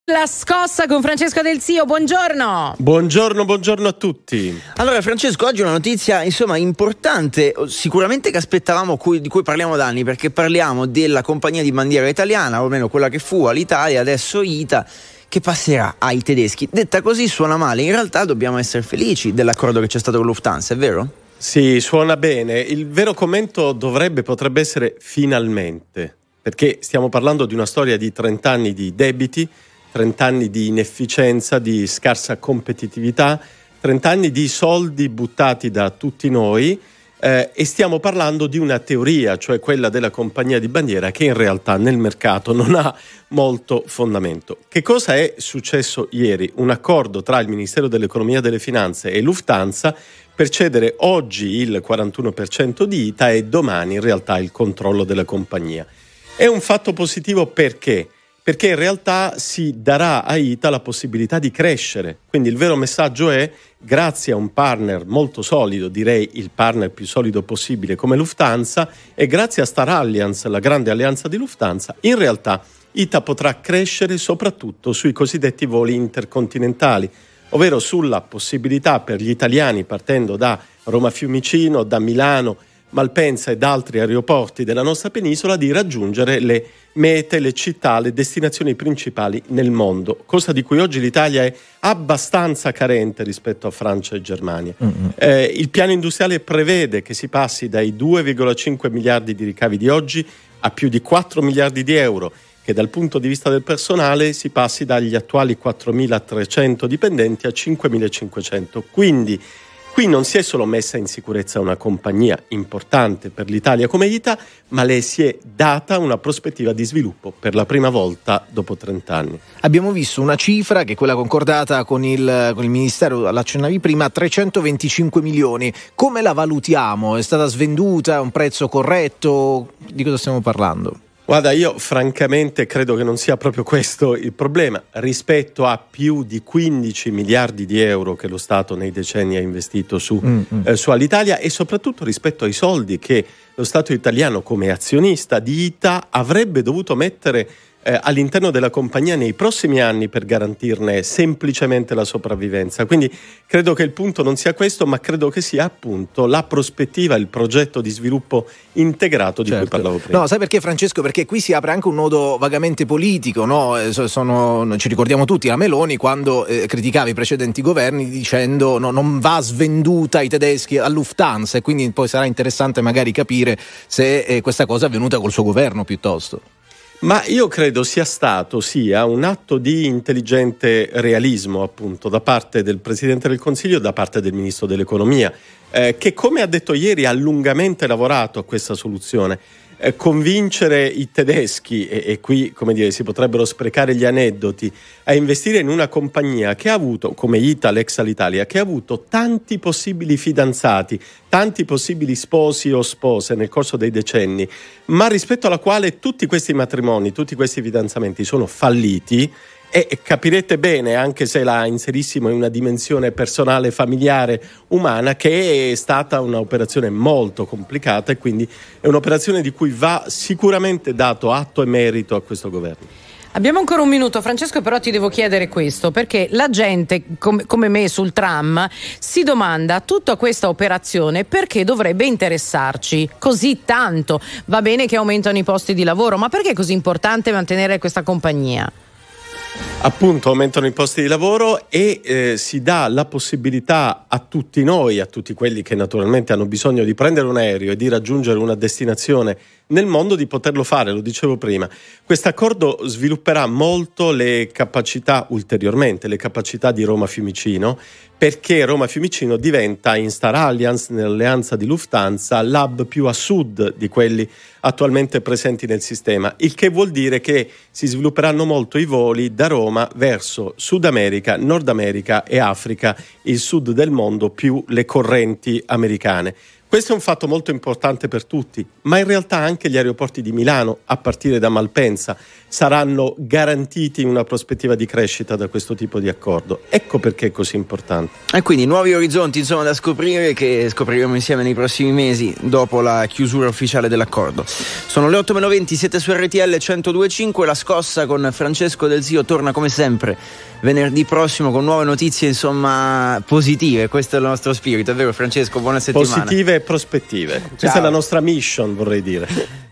La scossa con Francesco Del Zio, buongiorno. Buongiorno a tutti. Allora Francesco, oggi una notizia importante, sicuramente che aspettavamo, di cui parliamo da anni, perché parliamo della compagnia di bandiera italiana, o almeno quella che fu all'Italia, adesso ITA, che passerà ai tedeschi. Detta così suona male, in realtà dobbiamo essere felici dell'accordo che c'è stato con Lufthansa, è vero? Sì, suona bene. Il vero commento potrebbe essere finalmente, perché stiamo parlando di una storia di 30 anni di debiti, 30 anni di inefficienza, di scarsa competitività, 30 anni di soldi buttati da tutti noi, e stiamo parlando di una teoria, cioè quella della compagnia di bandiera, che in realtà nel mercato non ha molto fondamento. Che cosa è successo ieri? Un accordo tra il Ministero dell'Economia e delle Finanze e Lufthansa per cedere oggi il 41% di ITA e domani in realtà il controllo della compagnia. È un fatto positivo perché in realtà si darà a ITA la possibilità di crescere. Quindi il vero messaggio è: grazie a un partner molto solido, direi il partner più solido possibile come Lufthansa, e grazie a Star Alliance, la grande alleanza di Lufthansa, in realtà ITA potrà crescere soprattutto sui cosiddetti voli intercontinentali, ovvero sulla possibilità per gli italiani, partendo da Roma Fiumicino, da Milano, Malpensa e da altri aeroporti della nostra penisola, di raggiungere le mete, le città, le destinazioni principali nel mondo, cosa di cui oggi l'Italia è abbastanza carente rispetto a Francia e Germania. Il piano industriale prevede che si passi dai 2,5 miliardi di ricavi di oggi a più di 4 miliardi di euro, che dal punto di vista del personale si passi dagli attuali 4.300 dipendenti a 5.500. Quindi qui non si è solo messa in sicurezza una compagnia importante per l'Italia come ITA, ma le si è data una prospettiva di sviluppo per la prima volta dopo 30 anni. Abbiamo visto una cifra che è quella concordata con il Ministero, l'accennavi prima, 325 milioni. Come la valutiamo? È stata svenduta? È un prezzo corretto? Di cosa stiamo parlando? Guarda, io francamente credo che non sia proprio questo il problema, rispetto a più di 15 miliardi di euro che lo Stato nei decenni ha investito su Alitalia, e soprattutto rispetto ai soldi che lo Stato italiano come azionista di ITA avrebbe dovuto mettere all'interno della compagnia nei prossimi anni per garantirne semplicemente la sopravvivenza. Quindi credo che il punto non sia questo, ma credo che sia appunto la prospettiva, il progetto di sviluppo integrato di cui parlavo prima. No, sai perché, Francesco? Perché qui si apre anche un nodo vagamente politico, no? Ci ricordiamo tutti la Meloni quando criticava i precedenti governi dicendo non va svenduta ai tedeschi a Lufthansa, e quindi poi sarà interessante magari capire se questa cosa è avvenuta col suo governo piuttosto. Ma io credo sia un atto di intelligente realismo, appunto, da parte del Presidente del Consiglio e da parte del Ministro dell'Economia, che, come ha detto ieri, ha lungamente lavorato a questa soluzione. Convincere i tedeschi, e qui, come dire, si potrebbero sprecare gli aneddoti, a investire in una compagnia che ha avuto, come ITA, l'ex Alitalia, che ha avuto tanti possibili fidanzati, tanti possibili sposi o spose nel corso dei decenni, ma rispetto alla quale tutti questi matrimoni, tutti questi fidanzamenti sono falliti. E capirete bene, anche se la inserissimo in una dimensione personale, familiare, umana, che è stata un'operazione molto complicata, e quindi è un'operazione di cui va sicuramente dato atto e merito a questo governo. Abbiamo ancora un minuto, Francesco, però ti devo chiedere questo, perché la gente come me sul tram si domanda: tutta questa operazione perché dovrebbe interessarci così tanto? Va bene che aumentano i posti di lavoro, ma perché è così importante mantenere questa compagnia? Appunto, aumentano i posti di lavoro e si dà la possibilità a tutti noi, a tutti quelli che naturalmente hanno bisogno di prendere un aereo e di raggiungere una destinazione nel mondo, di poterlo fare. Lo dicevo prima, questo accordo svilupperà molto ulteriormente le capacità di Roma Fiumicino, perché Roma Fiumicino diventa, in Star Alliance, nell'alleanza di Lufthansa, l'hub più a sud di quelli attualmente presenti nel sistema, il che vuol dire che si svilupperanno molto i voli da Roma verso Sud America, Nord America e Africa, il sud del mondo più le correnti americane. Questo è un fatto molto importante per tutti, ma in realtà anche gli aeroporti di Milano, a partire da Malpensa, saranno garantiti una prospettiva di crescita da questo tipo di accordo. Ecco perché è così importante. E quindi nuovi orizzonti insomma da scoprire, che scopriremo insieme nei prossimi mesi dopo la chiusura ufficiale dell'accordo. Sono le 8:20, siete su RTL 102.5. La scossa con Francesco Del Zio torna come sempre venerdì prossimo con nuove notizie insomma positive. Questo è il nostro spirito, è vero Francesco? Buona settimana. Positive e prospettive. Questa è la nostra mission, vorrei dire.